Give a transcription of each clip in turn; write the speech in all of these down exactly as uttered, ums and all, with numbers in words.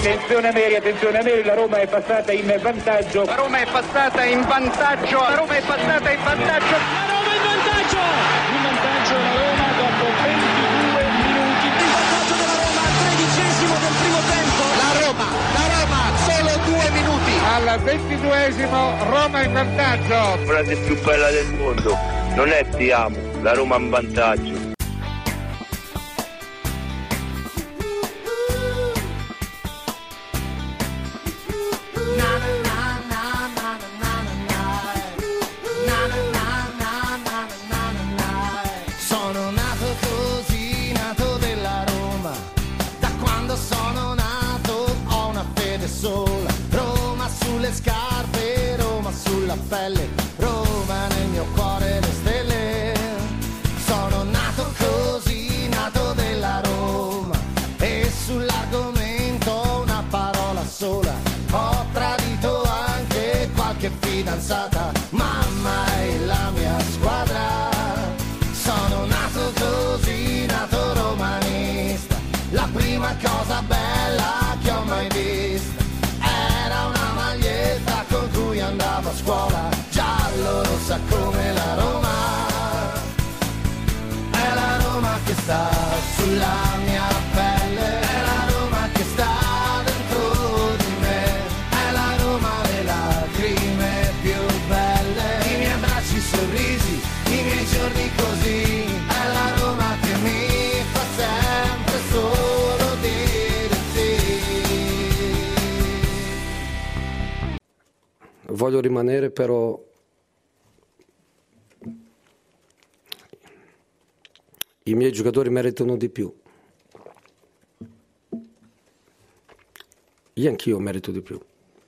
Attenzione Ameri, attenzione Ameri, la Roma è passata in vantaggio. La Roma è passata in vantaggio. La Roma è passata in vantaggio. La Roma in vantaggio. In vantaggio la Roma dopo ventidue minuti. Il vantaggio della Roma al tredicesimo del primo tempo. La Roma, la Roma, solo due minuti. Al ventiduesimo Roma in vantaggio. La frase più bella del mondo non è ti amo, la Roma in vantaggio. Roma nel mio cuore le stelle. Sono nato così, nato della Roma. E sull'argomento una parola sola. Ho tradito anche qualche fidanzata. Mamma è la mia squadra. Sono nato così, nato romanista. La prima cosa bella che ho mai vista era una maglietta con cui andavo a scuola, giallo rossa come la Roma. È la Roma che sta sulla mia pelle, è la Roma che sta dentro di me, è la Roma le lacrime più belle, i miei abbracci, i sorrisi, i miei giorni così, è la Roma che mi fa sempre solo dire sì. Voglio rimanere però i miei giocatori meritano di più. Io anch'io merito di più.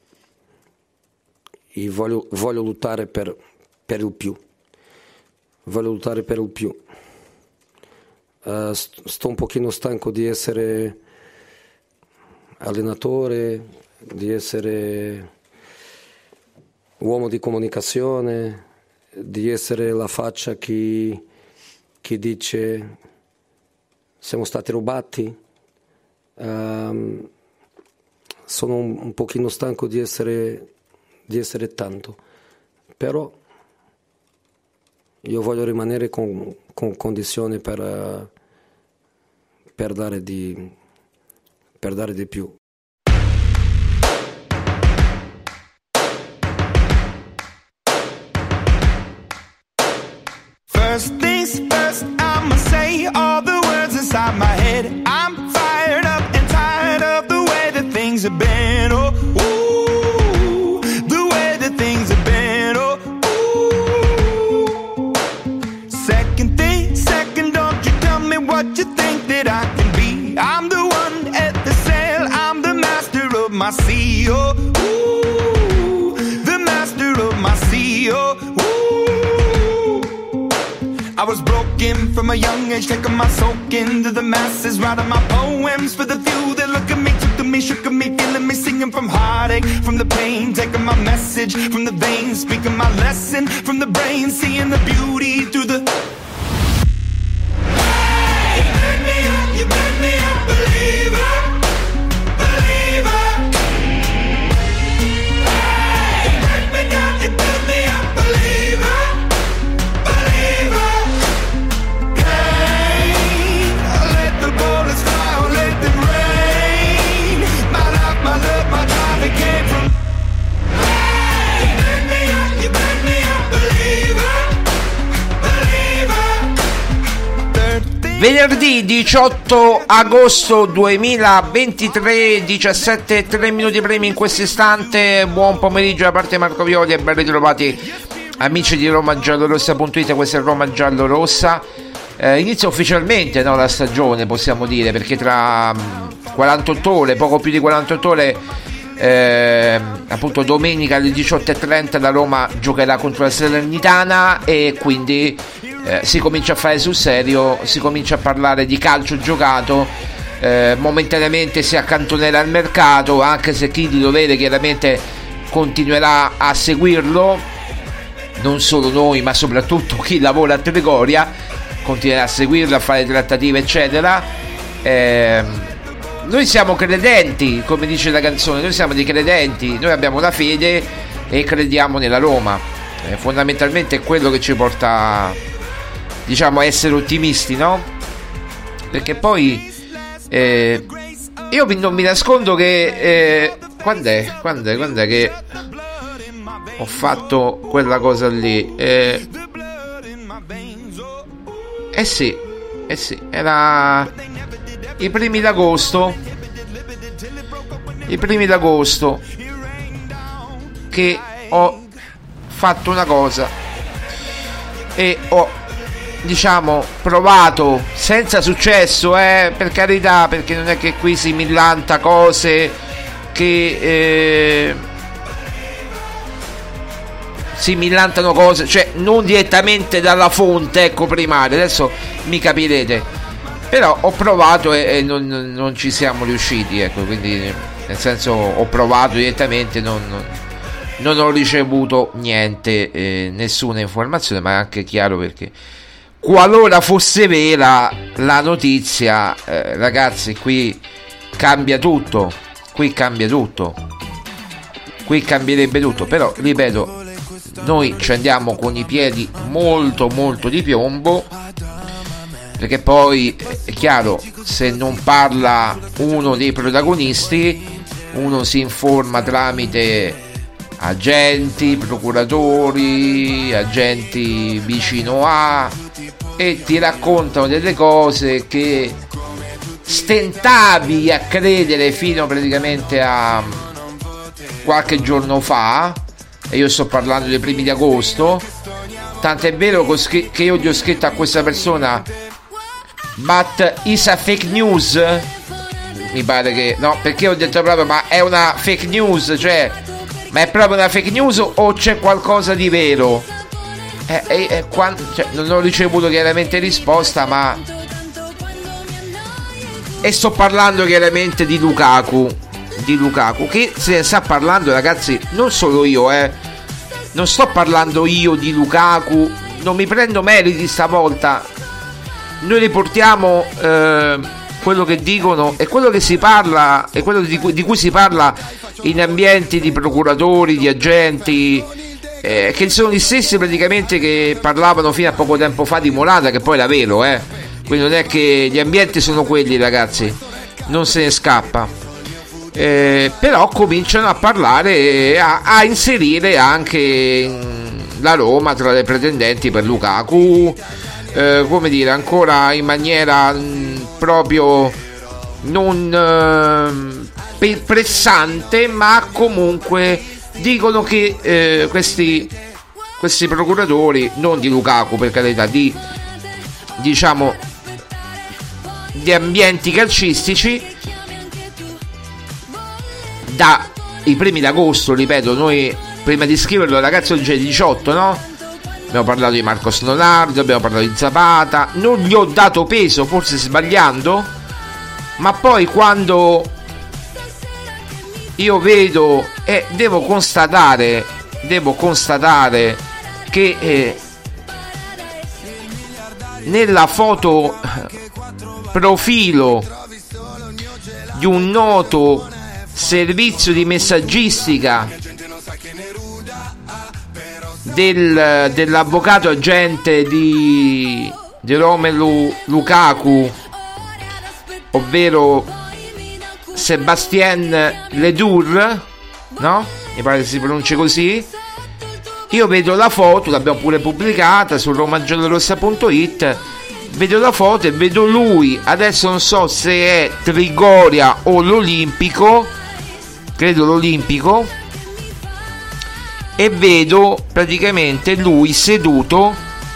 Io voglio, voglio lottare per, per il più. Voglio lottare per il più. Uh, sto un pochino stanco di essere allenatore, di essere uomo di comunicazione, di essere la faccia che, che dice siamo stati rubati. Um, sono un, un pochino stanco di essere, di essere tanto, però io voglio rimanere con, con condizioni per, per, dare di, per dare di più. First things first, I'ma say all the words inside my head. I'm fired up and tired of the way that things have been. Oh, ooh, the way that things have been. Oh, ooh. Second thing, second, don't you tell me what you think that I can be. I'm the one at the sail, I'm the master of my sea. Oh, ooh, the master of my sea. Oh, ooh. I was broken from a young age, taking my soak into the masses, writing my poems for the few that look at me, took to me, shook at me, feeling me, singing from heartache, from the pain, taking my message from the veins, speaking my lesson from the brain, seeing the beauty through the... Hey, you burn me up, you burn me up, believer, believer. Hey, you burn me down, you burn me up, believer. Venerdì diciotto agosto duemilaventitré, diciassette e tre minuti primi in questo istante. Buon pomeriggio da parte di Marco Violi e ben ritrovati amici di Roma Giallo Rossa punto it. Questa è Roma Giallo Rossa. Eh, inizia ufficialmente, no, la stagione, possiamo dire, perché tra quarantotto ore, poco più di quarantotto ore, eh, appunto domenica alle diciotto e trenta la Roma giocherà contro la Salernitana e quindi eh, si comincia a fare sul serio, si comincia a parlare di calcio giocato. Eh, momentaneamente si accantonerà il mercato, anche se chi di dovere chiaramente continuerà a seguirlo, non solo noi ma soprattutto chi lavora a Trigoria continuerà a seguirlo, a fare trattative eccetera. Eh, noi siamo credenti, come dice la canzone, noi siamo dei credenti, noi abbiamo la fede e crediamo nella Roma. Eh, fondamentalmente è quello che ci porta, diciamo, a essere ottimisti, no? Perché poi eh, io non mi nascondo che eh, quando è? Quando è? Quando è che ho fatto quella cosa lì? Eh, eh sì, eh sì, era i primi d'agosto, i primi d'agosto che ho fatto una cosa e ho, diciamo, provato senza successo, eh, per carità, perché non è che qui si millanta cose che eh, si millantano cose, cioè non direttamente dalla fonte, ecco, primaria, adesso mi capirete, però ho provato e, e non, non ci siamo riusciti, ecco, quindi nel senso ho provato direttamente, non, non, non ho ricevuto niente, eh, nessuna informazione, ma è anche chiaro perché qualora fosse vera la notizia, eh, ragazzi, qui cambia tutto, qui cambia tutto, qui cambierebbe tutto, però ripeto, noi ci andiamo con i piedi molto molto di piombo, perché poi è chiaro, se non parla uno dei protagonisti, uno si informa tramite agenti, procuratori, agenti vicino a, e ti raccontano delle cose che stentavi a credere fino praticamente a qualche giorno fa, e io sto parlando dei primi di agosto, tanto è vero che io gli ho scritto a questa persona: but is a fake news? Mi pare che no, perché ho detto proprio, ma è una fake news, cioè, ma è proprio una fake news o c'è qualcosa di vero? Eh, eh, eh, quando, cioè, non ho ricevuto chiaramente risposta, ma e sto parlando chiaramente di Lukaku, di Lukaku che se ne sta parlando, ragazzi, non solo io, eh non sto parlando io di Lukaku, non mi prendo meriti stavolta, noi riportiamo eh, quello che dicono e quello che si parla e quello di cui, di cui si parla in ambienti di procuratori, di agenti, eh, che sono gli stessi praticamente che parlavano fino a poco tempo fa di Morata, che poi era vero, eh quindi non è che gli ambienti sono quelli, ragazzi, non se ne scappa. Eh, però cominciano a parlare, a, a inserire anche la Roma tra le pretendenti per Lukaku, eh, come dire, ancora in maniera mh, proprio non eh, pressante, ma comunque dicono che eh, questi questi procuratori, non di Lukaku per carità, di diciamo di ambienti calcistici, da i primi d'agosto, ripeto, noi prima di scriverlo, ragazzi, oggi è diciotto, no? Abbiamo parlato di Marcos Leonardo, abbiamo parlato di Zapata, non gli ho dato peso, forse sbagliando, ma poi quando io vedo e eh, devo constatare, devo constatare che eh, nella foto profilo di un noto servizio di messaggistica del, dell'avvocato agente di, di Romelu Lukaku, ovvero Sébastien Ledour, no? Mi pare che si pronunci così. Io vedo la foto, l'abbiamo pure pubblicata su romagiallorossa punto it, vedo la foto e vedo lui, adesso non so se è Trigoria o l'Olimpico, credo l'Olimpico, e vedo praticamente lui seduto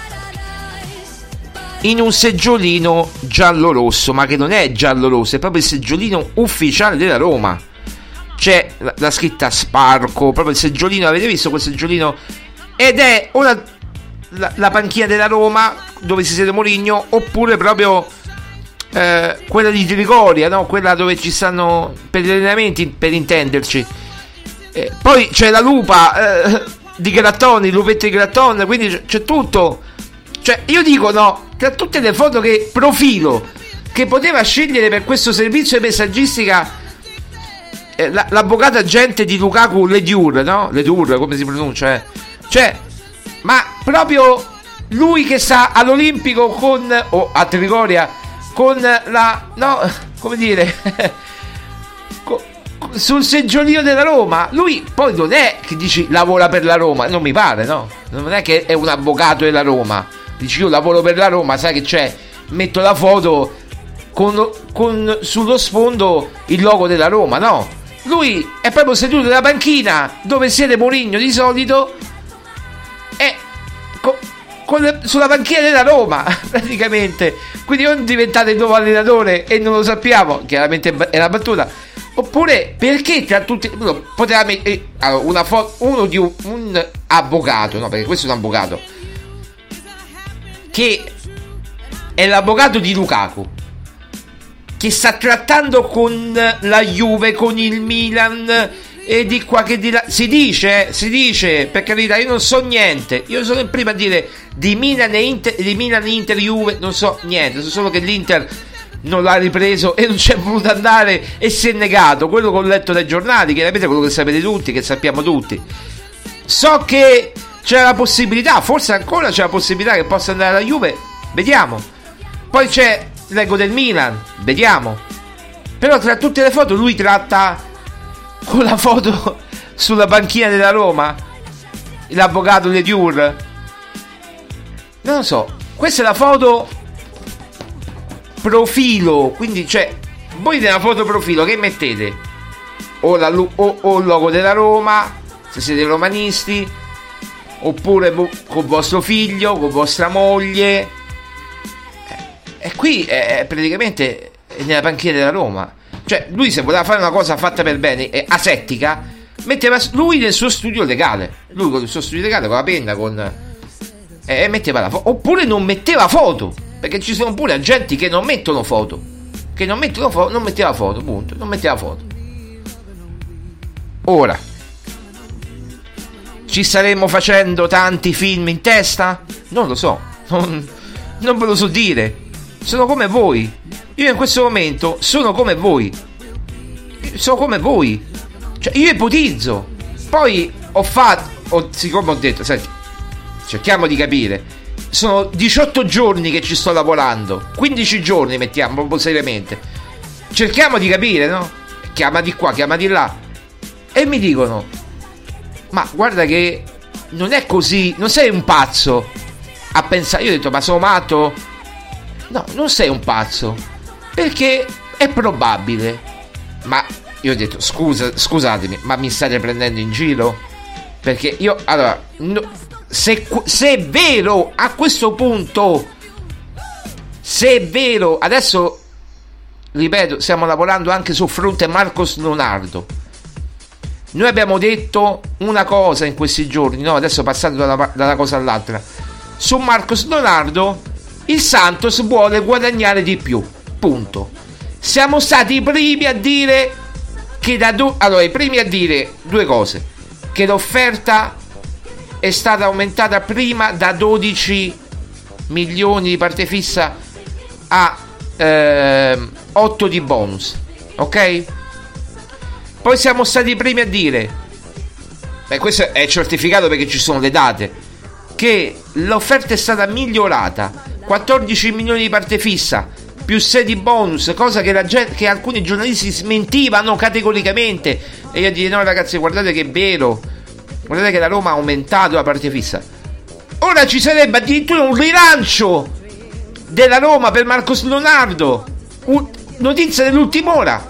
in un seggiolino giallo-rosso, ma che non è giallo-rosso, è proprio il seggiolino ufficiale della Roma, c'è la, la scritta Sparco, proprio il seggiolino, avete visto quel seggiolino? Ed è una, la, la panchina della Roma dove si siede Mourinho, oppure proprio eh, quella di Trigoria, no? Quella dove ci stanno per gli allenamenti, per intenderci. Eh, poi c'è la lupa eh, di Grattoni, lupette di Grattoni, quindi c'è, c'è tutto. Cioè io dico, no, tra tutte le foto che profilo che poteva scegliere per questo servizio di messaggistica eh, la, l'avvocato agente di Lukaku Lediur, no? Lediur, come si pronuncia? Eh? Cioè, ma proprio lui che sta all'Olimpico con, o a Trigoria, con la, no, come dire, con, sul seggiolino della Roma. Lui poi non è che dici lavora per la Roma, non mi pare, no? Non è che è un avvocato della Roma. Dici io lavoro per la Roma, sai che c'è? Metto la foto con, con sullo sfondo il logo della Roma, no? Lui è proprio seduto nella panchina dove siede Mourinho di solito e con, con le, sulla panchina della Roma praticamente. Quindi non diventate il nuovo allenatore e non lo sappiamo, chiaramente è una battuta. Oppure perché tra tutti poteva mettere allora, una foto, uno di un, un avvocato, no? Perché questo è un avvocato che è l'avvocato di Lukaku, che sta trattando con la Juve, con il Milan e di qua che di là. Si dice, si dice, per carità, io non so niente. Io sono il primo a dire di Milan e Inter, di Milan e Inter Juve, non so niente. So solo che l'Inter non l'ha ripreso e non c'è voluto andare e si è negato. Quello che ho letto dai giornali, chiaramente quello che sapete tutti, che sappiamo tutti. So che c'è la possibilità, forse ancora c'è la possibilità che possa andare alla Juve, vediamo. Poi c'è l'ego del Milan, vediamo. Però tra tutte le foto lui tratta con la foto sulla panchina della Roma, l'avvocato Lediur. Non lo so, questa è la foto profilo, quindi cioè voi nella foto profilo che mettete o, la, o, o il logo della Roma se siete romanisti, oppure con vostro figlio, con vostra moglie, e qui è praticamente nella panchina della Roma. Cioè lui se voleva fare una cosa fatta per bene e asettica, metteva lui nel suo studio legale, lui con il suo studio legale, con la penna, con e metteva la foto. Oppure non metteva foto, perché ci sono pure agenti che non mettono foto, che non mettono foto, non metteva foto, punto, non metteva foto. Ora ci staremo facendo tanti film in testa? Non lo so, non, non ve lo so dire. Sono come voi. Io in questo momento sono come voi. Sono come voi. Cioè io ipotizzo. Poi ho fatto ho, siccome ho detto, senti, cerchiamo di capire. Sono diciotto giorni che ci sto lavorando, quindici giorni mettiamo proprio seriamente. Cerchiamo di capire, no? Chiama di qua, chiama di là. E mi dicono: ma guarda che non è così, non sei un pazzo a pensare. Io ho detto: ma sono matto? No, non sei un pazzo, perché è probabile. Ma io ho detto: scusa, scusatemi, ma mi state prendendo in giro? Perché io, allora, no, se, se è vero a questo punto, se è vero, adesso ripeto, stiamo lavorando anche sul fronte Marcos Leonardo. Noi abbiamo detto una cosa in questi giorni, no? Adesso passando da una, da una cosa all'altra. Su Marcos Leonardo il Santos vuole guadagnare di più, punto. Siamo stati i primi a dire che da do- allora i primi a dire due cose: che l'offerta è stata aumentata prima da dodici milioni di parte fissa a eh, otto di bonus, ok? Poi siamo stati i primi a dire, beh, questo è certificato perché ci sono le date, che l'offerta è stata migliorata, quattordici milioni di parte fissa più sei di bonus, cosa che, la gente, che alcuni giornalisti smentivano categoricamente. E io a dire: no ragazzi, guardate che è vero, guardate che la Roma ha aumentato la parte fissa. Ora ci sarebbe addirittura un rilancio della Roma per Marcos Leonardo, un, notizia dell'ultima ora,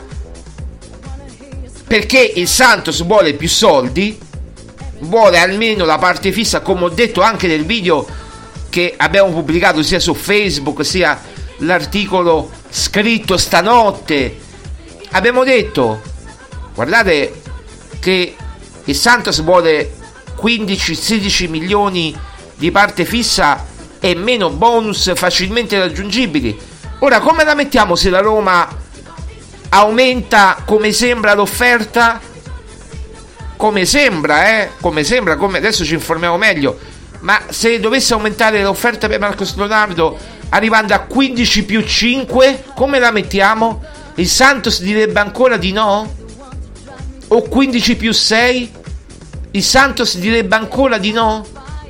perché il Santos vuole più soldi, vuole almeno la parte fissa, come ho detto anche nel video che abbiamo pubblicato sia su Facebook sia l'articolo scritto stanotte. Abbiamo detto: guardate che il Santos vuole quindici sedici milioni di parte fissa e meno bonus facilmente raggiungibili. Ora come la mettiamo se la Roma aumenta come sembra l'offerta? Come sembra, eh? Come sembra, come adesso ci informiamo meglio. Ma se dovesse aumentare l'offerta per Marcos Leonardo arrivando a quindici più cinque, come la mettiamo? Il Santos direbbe ancora di no? O quindici più sei? Il Santos direbbe ancora di no?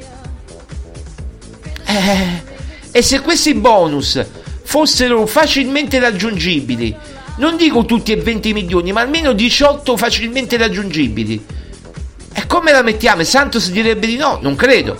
Eh, e se questi bonus fossero facilmente raggiungibili, non dico tutti e venti milioni, ma almeno diciotto facilmente raggiungibili, e come la mettiamo? Il Santos direbbe di no? Non credo.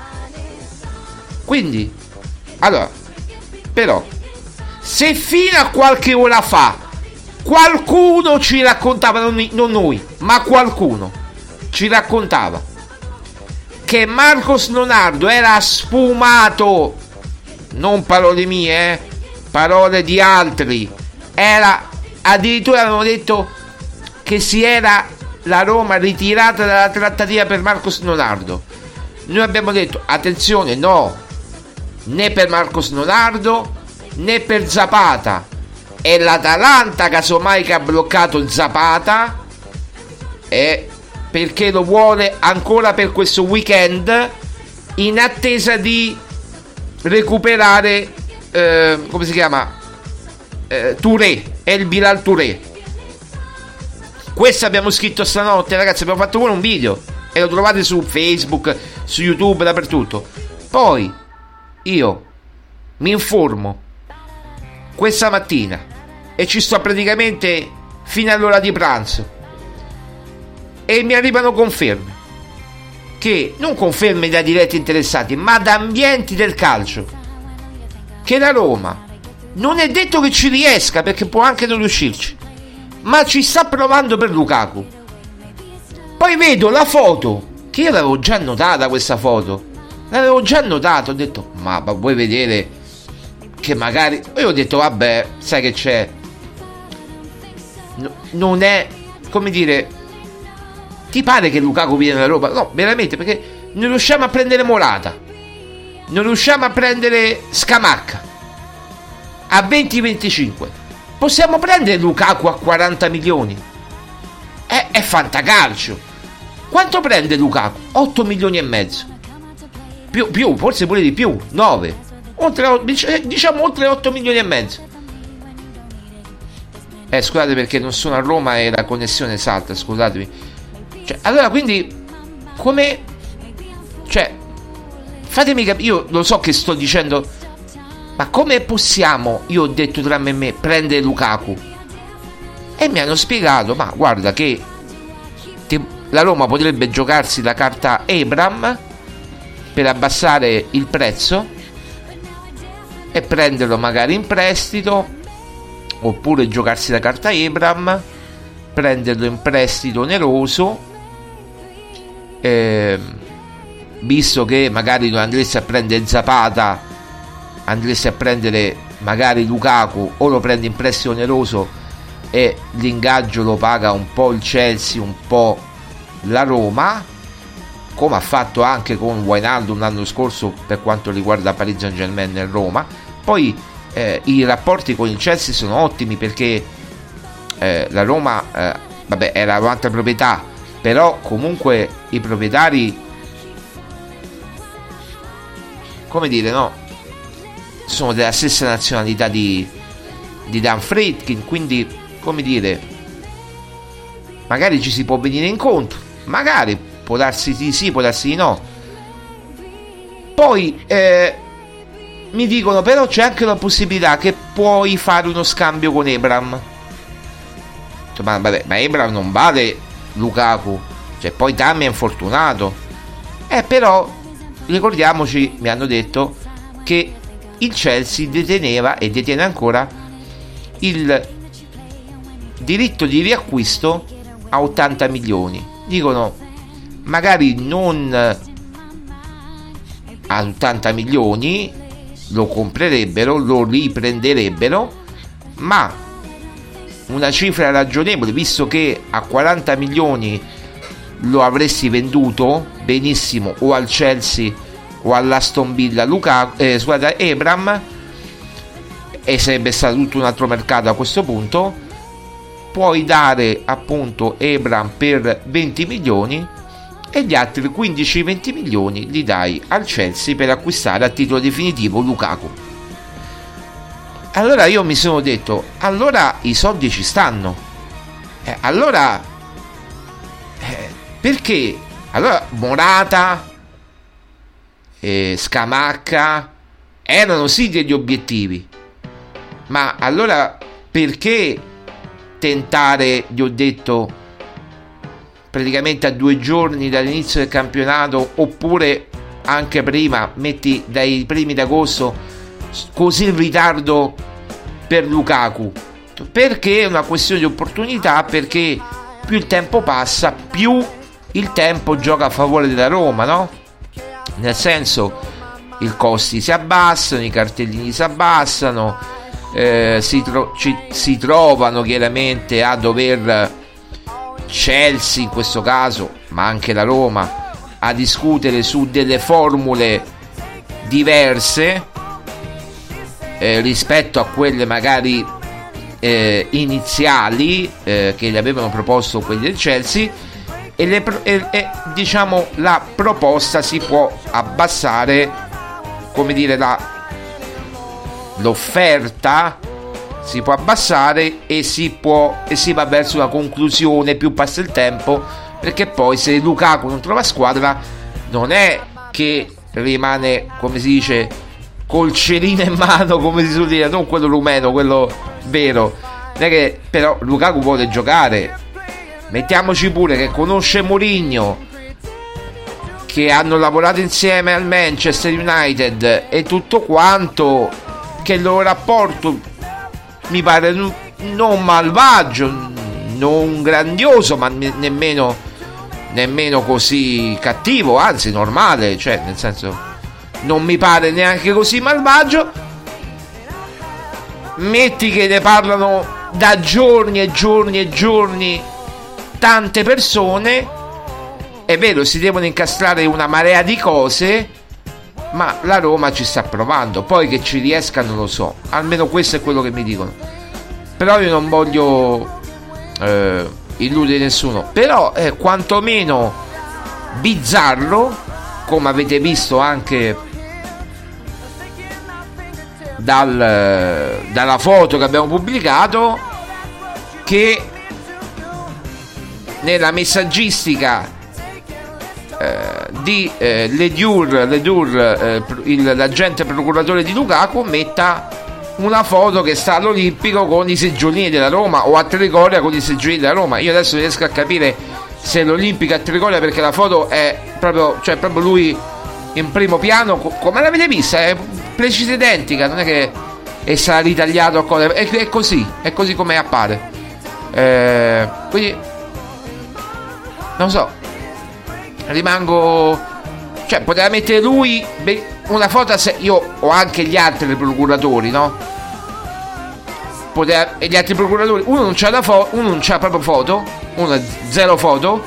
Quindi, allora, però, se fino a qualche ora fa qualcuno ci raccontava, non, non noi, ma qualcuno ci raccontava che Marcos Leonardo era sfumato, non parole mie, eh, parole di altri, era, addirittura avevano detto che si era la Roma ritirata dalla trattativa per Marcos Leonardo. Noi abbiamo detto attenzione, no, né per Marcos Leonardo né per Zapata. È l'Atalanta casomai che ha bloccato Zapata, e perché lo vuole ancora per questo weekend, in attesa di recuperare eh, come si chiama eh, Touré, El Bilal Touré. Questo abbiamo scritto stanotte, ragazzi, abbiamo fatto pure un video e lo trovate su Facebook, su YouTube, dappertutto. Poi io mi informo questa mattina e ci sto praticamente fino all'ora di pranzo, e mi arrivano conferme, che non conferme da diretti interessati, ma da ambienti del calcio, che la Roma non è detto che ci riesca, perché può anche non riuscirci, ma ci sta provando per Lukaku. Poi vedo la foto, che io l'avevo già notata, questa foto l'avevo già notata, ho detto ma, ma vuoi vedere che magari, io ho detto vabbè, sai che c'è, no, non è, come dire, ti pare che Lukaku viene da Roma? No, veramente, perché non riusciamo a prendere Morata, non riusciamo a prendere Scamacca a venti venticinque, possiamo prendere Lukaku a quaranta milioni? È, è fantacalcio. Quanto prende Lukaku? otto milioni e mezzo, più, più, forse pure di più, nove, oltre, diciamo oltre otto milioni e mezzo. Eh, scusate perché non sono a Roma e la connessione salta, scusatemi. Cioè, allora, quindi, come, cioè, fatemi capire, io lo so che sto dicendo, ma come possiamo, io ho detto tra me e me, prendere Lukaku? E mi hanno spiegato, ma guarda che te, la Roma potrebbe giocarsi la carta Abraham per abbassare il prezzo e prenderlo magari in prestito, oppure giocarsi la carta Abraham, prenderlo in prestito oneroso, eh, visto che magari non andresti a prendere Zapata, andresti a prendere magari Lukaku, o lo prendi in prestito oneroso e l'ingaggio lo paga un po' il Chelsea, un po' la Roma, come ha fatto anche con Wijnaldum l'anno scorso per quanto riguarda Paris Saint-Germain e Roma. Poi eh, i rapporti con il Chelsea sono ottimi, perché eh, la Roma eh, vabbè, era un'altra proprietà, però comunque i proprietari, come dire, no, sono della stessa nazionalità di, di Dan Friedkin, quindi, come dire, magari ci si può venire incontro, magari può darsi di sì, può darsi di no. Poi eh, mi dicono però c'è anche la possibilità che puoi fare uno scambio con Abraham. Ma vabbè, ma Abraham non vale Lukaku, cioè poi Tammy è infortunato, eh però ricordiamoci, mi hanno detto che il Chelsea deteneva e detiene ancora il diritto di riacquisto a ottanta milioni. Dicono magari non a ottanta milioni lo comprerebbero, lo riprenderebbero, ma una cifra ragionevole, visto che a quaranta milioni lo avresti venduto benissimo o al Chelsea o all'Aston Villa Lukaku, eh, scusate, Abraham, e sarebbe stato tutto un altro mercato a questo punto. Puoi dare appunto Abraham per venti milioni e gli altri quindici venti milioni li dai al Chelsea per acquistare a titolo definitivo Lukaku. allora io mi sono detto, allora i soldi ci stanno, eh, allora eh, perché allora Morata e Scamacca erano sì degli obiettivi, ma allora perché tentare, gli ho detto, praticamente a due giorni dall'inizio del campionato, oppure anche prima, metti dai primi d'agosto, così in ritardo per Lukaku? Perché è una questione di opportunità, perché più il tempo passa, più il tempo gioca a favore della Roma, no? Nel senso, i costi si abbassano, i cartellini si abbassano, eh, si, tro- ci, si trovano chiaramente a dover, Chelsea in questo caso, ma anche la Roma, a discutere su delle formule diverse eh, rispetto a quelle magari eh, iniziali eh, che le avevano proposto quelli del Chelsea, e, le, e, e diciamo la proposta si può abbassare, come dire, la, l'offerta si può abbassare e si può e si va verso una conclusione, più passa il tempo, perché poi se Lukaku non trova squadra non è che rimane, come si dice, col cerino in mano, come si suol dire, non quello rumeno, quello vero. Non è che però Lukaku vuole giocare, mettiamoci pure che conosce Mourinho, che hanno lavorato insieme al Manchester United e tutto quanto, che il loro rapporto mi pare non malvagio, non grandioso, ma nemmeno nemmeno così cattivo, anzi normale, cioè nel senso non mi pare neanche così malvagio. Metti che ne parlano da giorni e giorni e giorni tante persone, è vero, si devono incastrare una marea di cose, ma la Roma ci sta provando, poi che ci riesca non lo so, almeno questo è quello che mi dicono. Però io non voglio eh, illudere nessuno, però è quantomeno bizzarro, come avete visto anche dal, dalla foto che abbiamo pubblicato, che nella messaggistica eh, di eh, Ledur, Ledur eh, il, l'agente procuratore di Lukaku, metta una foto che sta all'Olimpico con i seggiolini della Roma, o a Trigoria con i seggiolini della Roma. Io adesso riesco a capire se l'Olimpico a Trigoria, perché la foto è proprio, cioè proprio lui in primo piano, come l'avete vista, è precisa identica, non è che è sarà ritagliato a cosa, è, è così, è così come appare. Eh, quindi non so, rimango, cioè poteva mettere lui una foto, se io ho anche gli altri procuratori, no? Poteva, e gli altri procuratori, uno non c'ha la foto, uno non c'ha proprio foto, uno ha zero foto,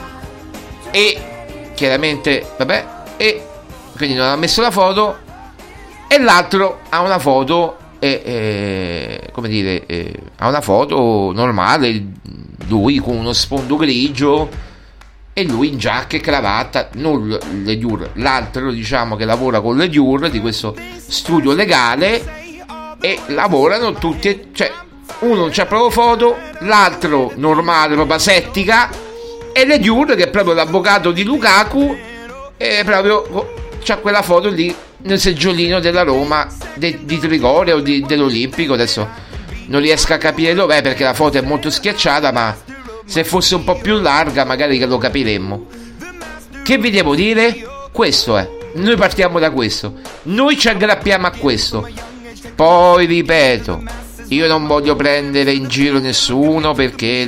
e chiaramente vabbè, e quindi non ha messo la foto, e l'altro ha una foto e, e come dire, e, ha una foto normale, lui con uno sfondo grigio e lui in giacca e cravatta, non Ledur, l'altro diciamo che lavora con Ledur di questo studio legale, e lavorano tutti, cioè uno non c'ha proprio foto, l'altro normale, proprio asettica, e Ledur che è proprio l'avvocato di Lukaku, e proprio c'ha quella foto lì nel seggiolino della Roma, de, di Trigoria o di, dell'Olimpico. Adesso non riesco a capire dov'è perché la foto è molto schiacciata, ma se fosse un po' più larga magari che lo capiremmo. Che vi devo dire? Questo è, noi partiamo da questo, noi ci aggrappiamo a questo. Poi ripeto, io non voglio prendere in giro nessuno, perché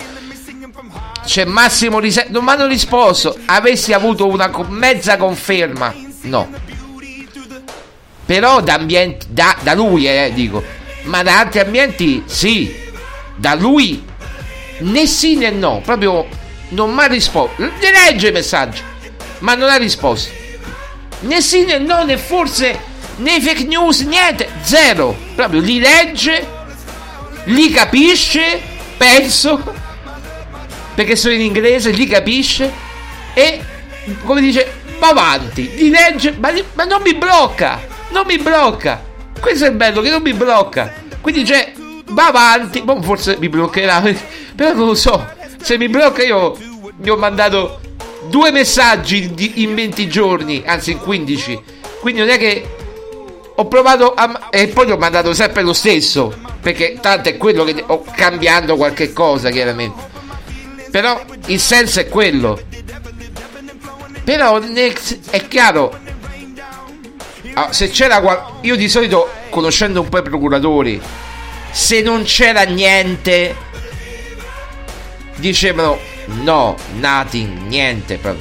c'è Massimo Rise- non mi hanno risposto. Avessi avuto una co- mezza conferma, no, però da ambienti, da, da lui eh, dico, ma da altri ambienti sì, da lui né sì né no, proprio non mi ha risposto. Ne legge i messaggi, ma non ha risposto né sì né no, né forse né fake news, niente, zero, proprio li legge, li capisce, penso, perché sono in inglese, li capisce e, come dice, va avanti, li legge, ma, ma non mi blocca, non mi blocca, questo è bello, che non mi blocca, quindi cioè va avanti, boh, forse mi bloccherà, però non lo so, se mi blocca io gli ho mandato due messaggi di, in venti giorni, anzi in quindici, quindi non è che ho provato a, e poi gli ho mandato sempre lo stesso, perché tanto è quello che ho, cambiando qualche cosa chiaramente, però il senso è quello. Però è chiaro, se c'era qual- io di solito, conoscendo un po' i procuratori, se non c'era niente dicevano no, nothing, niente proprio.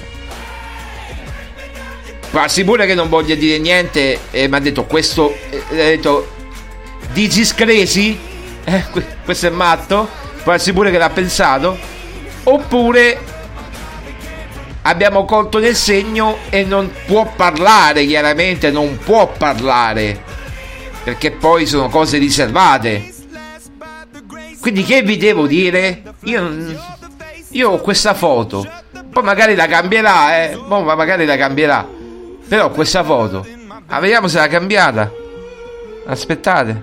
Quasi pure che non voglia dire niente, e mi ha detto questo, eh, ha detto this is crazy, eh, questo è matto, quasi pure che l'ha pensato, oppure abbiamo colto nel segno e non può parlare, chiaramente non può parlare, perché poi sono cose riservate. Quindi che vi devo dire? Io, io ho questa foto, poi magari la cambierà, eh, poi magari la cambierà, però questa foto, ah, vediamo se l'ha cambiata. Aspettate,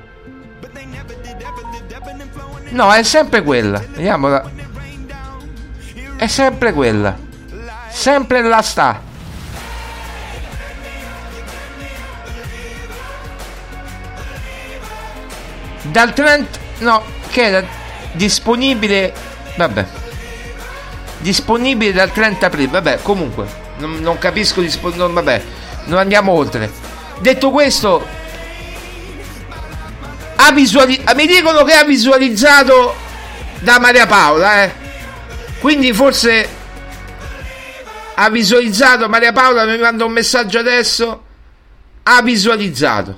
no, è sempre quella, vediamola, è sempre quella. Sempre là sta. Dal trenta, no, che era disponibile, vabbè, disponibile dal trenta aprile, vabbè, comunque non, non capisco, dispo, non, vabbè, non andiamo oltre. Detto questo, ha visuali- mi dicono che ha visualizzato da Maria Paola, eh. Quindi forse ha visualizzato. Maria Paola mi manda un messaggio adesso. Ha visualizzato.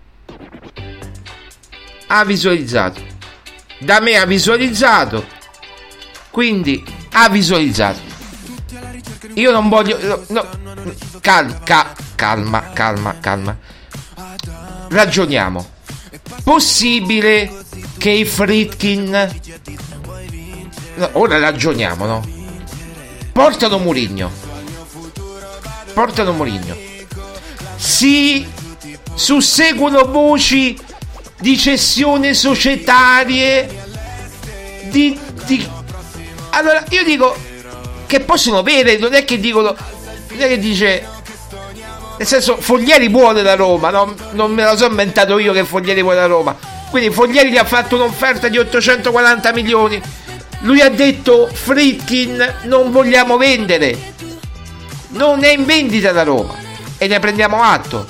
Ha visualizzato. Da me ha visualizzato. Quindi ha visualizzato. Io non voglio, no, no, calma, cal, calma, calma, calma. Ragioniamo. Possibile che i Friedkin, no, ora ragioniamo, no? Portano Mourinho. Portano Mourinho. Si susseguono voci di cessione societarie. Di, di... Allora, io dico che possono vere, non è che dicono. Non è che dice. Nel senso, Foglieri vuole da Roma, no? Non me la so inventato io che Foglieri vuole da Roma. Quindi Foglieri gli ha fatto un'offerta di ottocentoquaranta milioni. Lui ha detto Friedkin non vogliamo vendere, non è in vendita da Roma, e ne prendiamo atto.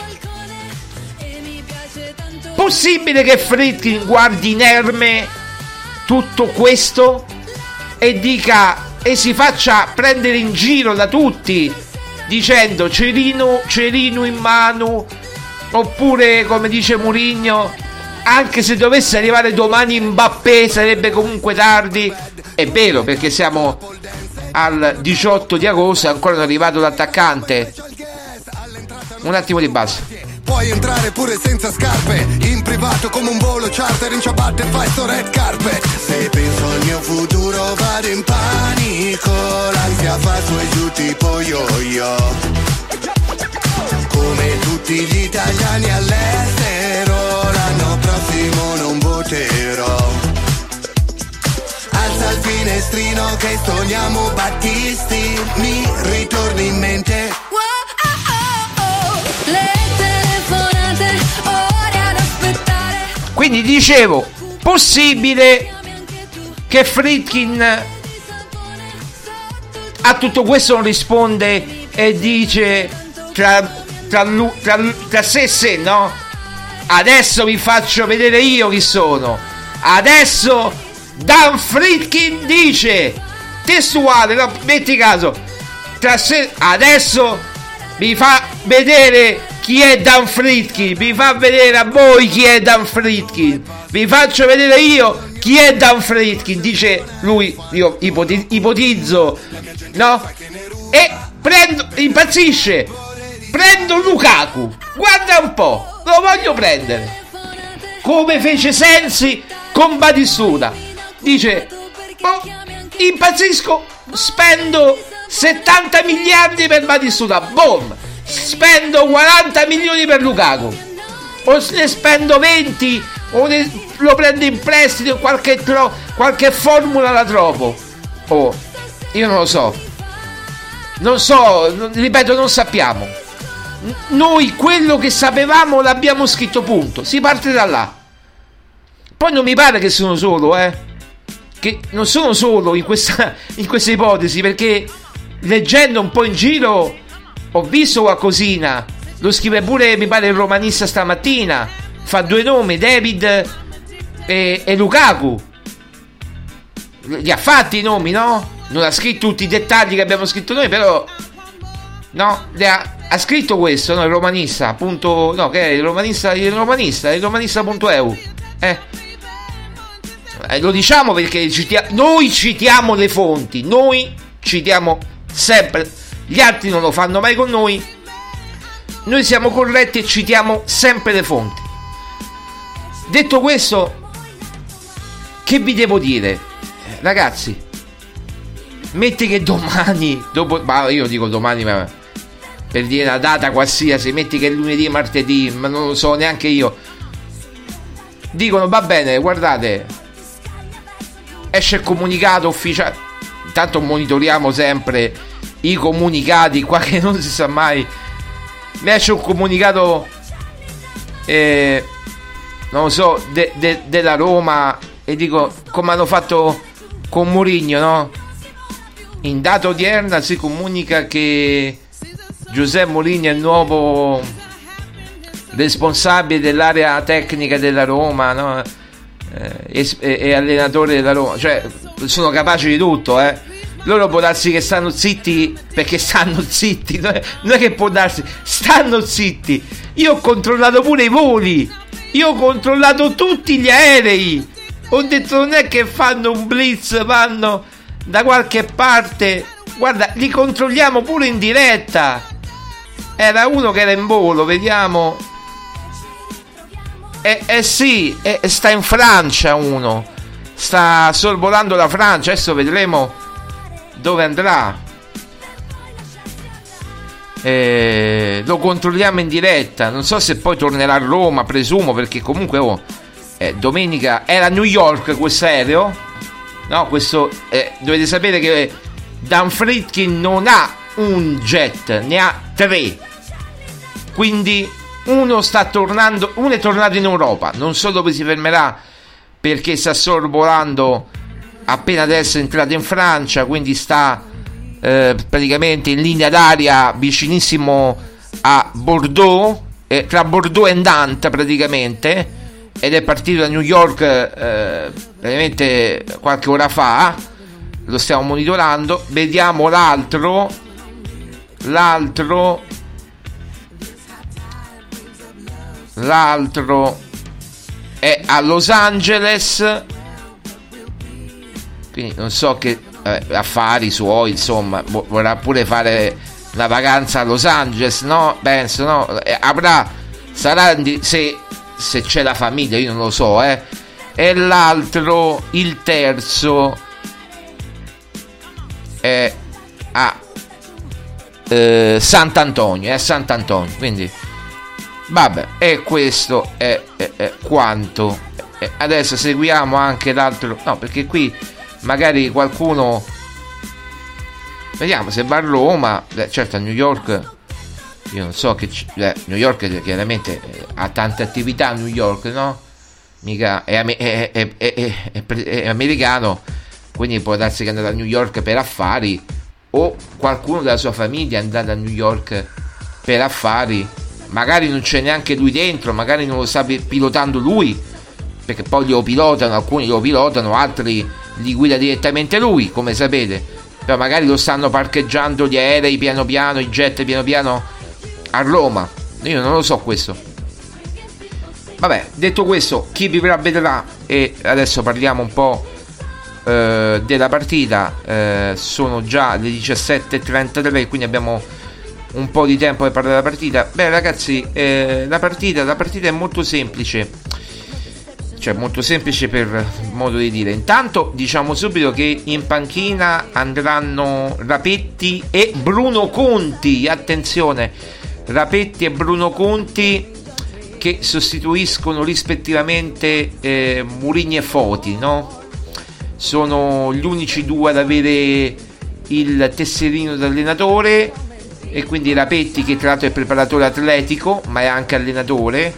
Possibile che Friedkin guardi inerme tutto questo e dica e si faccia prendere in giro da tutti dicendo cerino, cerino in mano, oppure come dice Mourinho, anche se dovesse arrivare domani Mbappé sarebbe comunque tardi. È vero, perché siamo al diciotto di agosto e ancora non è arrivato l'attaccante. Un attimo di basso. Puoi entrare pure senza scarpe, in privato come un volo charter, in ciabatte fai sto red carpet. Se penso al mio futuro vado in panico, l'ansia fa su e giù tipo yo-yo. Come tutti gli italiani all'estero, l'anno prossimo non voterò. Alza il finestrino che stoniamo Battisti, mi ritorni in mente. Quindi dicevo, possibile che Friedkin a tutto questo non risponde e dice tra, tra, tra, tra sé e sé, no? Adesso vi faccio vedere io chi sono. Adesso Dan Friedkin dice testuale, no? Metti caso, tra sé, adesso vi fa vedere chi è Dan Friedkin, vi fa vedere a voi chi è Dan Friedkin, vi faccio vedere io chi è Dan Friedkin, dice lui, io ipoti- ipotizzo, no? E prendo, impazzisce, prendo Lukaku, guarda un po', lo voglio prendere, come fece Sensi con Batistuta, dice, oh, impazzisco, spendo settanta miliardi per Batistuta, boom, spendo quaranta milioni per Lukaku. o ne spendo venti o ne, lo prendo in prestito, qualche, tro, qualche formula la trovo. Oh, io non lo so, non so, ripeto, non sappiamo. Noi quello che sapevamo l'abbiamo scritto, punto, si parte da là. Poi non mi pare che sono solo, eh che non sono solo in questa, in questa ipotesi, perché leggendo un po' in giro ho visto qualcosina. Lo scrive pure, mi pare, il Romanista stamattina, fa due nomi, David e, e Lukaku. Li ha fatti i nomi, no? Non ha scritto tutti i dettagli che abbiamo scritto noi, però no, ha, ha scritto questo, no? Il Romanista, punto, no, che è il Romanista, il Romanista, il Romanista.eu, eh Eh, lo diciamo perché citia- noi citiamo le fonti, noi citiamo sempre, gli altri non lo fanno mai con noi, noi siamo corretti e citiamo sempre le fonti. Detto questo, che vi devo dire, ragazzi? Metti che domani, dopo, ma io dico domani, ma per dire una data qualsiasi, metti che è lunedì, martedì, ma non lo so neanche io, dicono va bene, guardate, esce il comunicato ufficiale. Intanto monitoriamo sempre i comunicati qua, che non si sa mai. Mi esce un comunicato eh, non lo so de, de, della Roma, e dico, come hanno fatto con Mourinho, no? In data odierna si comunica che José Mourinho è il nuovo responsabile dell'area tecnica della Roma, no? E, e, e allenatore della Roma. Cioè, sono capaci di tutto, eh. Loro può darsi che stanno zitti perché stanno zitti, non è, non è che può darsi, stanno zitti. Io ho controllato pure i voli, io ho controllato tutti gli aerei, ho detto non è che fanno un blitz, vanno da qualche parte, guarda, li controlliamo pure in diretta. Era uno che era in volo, vediamo. Eh, eh sì, eh, sta in Francia uno, sta sorvolando la Francia, adesso vedremo dove andrà. Eh, lo controlliamo in diretta, non so se poi tornerà a Roma, presumo, perché comunque oh, eh, domenica era a New York questo aereo, no? Questo eh, dovete sapere che Dan Friedkin non ha un jet, ne ha tre, quindi uno sta tornando, uno è tornato in Europa, non so dove si fermerà perché sta sorvolando appena adesso è entrato in Francia, quindi sta eh, praticamente in linea d'aria vicinissimo a Bordeaux, eh, tra Bordeaux e Nantes praticamente, ed è partito da New York eh, praticamente qualche ora fa. Lo stiamo monitorando, vediamo l'altro l'altro L'altro è a Los Angeles, quindi non so che eh, affari suoi, insomma, vorrà pure fare la vacanza a Los Angeles, no? Penso, no? Eh, avrà, sarà di, se, se c'è la famiglia, io non lo so, eh. E l'altro, il terzo, è a eh, Sant'Antonio, è a Sant'Antonio, quindi vabbè, e questo è, è, è quanto. E adesso seguiamo anche l'altro, no, perché qui magari qualcuno, vediamo se va a Roma. Beh, certo a New York io non so che c- eh, New York chiaramente eh, ha tante attività a New York, no? Mica è, è, è, è, è, è americano, quindi può darsi che è andato a New York per affari, o qualcuno della sua famiglia è andato a New York per affari. Magari non c'è neanche lui dentro, magari non lo sta pilotando lui, perché poi lo pilotano, alcuni lo pilotano, altri li guida direttamente lui, come sapete. Però magari lo stanno parcheggiando gli aerei piano piano, i jet piano piano a Roma. Io non lo so questo. Vabbè, detto questo, chi vivrà vedrà. E adesso parliamo un po' eh, della partita. eh, Sono già le diciassette e trentatré, quindi abbiamo un po' di tempo per parlare della partita. Beh ragazzi, eh, la partita la partita è molto semplice, cioè molto semplice per modo di dire. Intanto diciamo subito che in panchina andranno Rapetti e Bruno Conti. Attenzione, Rapetti e Bruno Conti che sostituiscono rispettivamente eh, Mourinho e Foti, no? Sono gli unici due ad avere il tesserino d'allenatore, e quindi Rapetti, che tra l'altro è preparatore atletico ma è anche allenatore.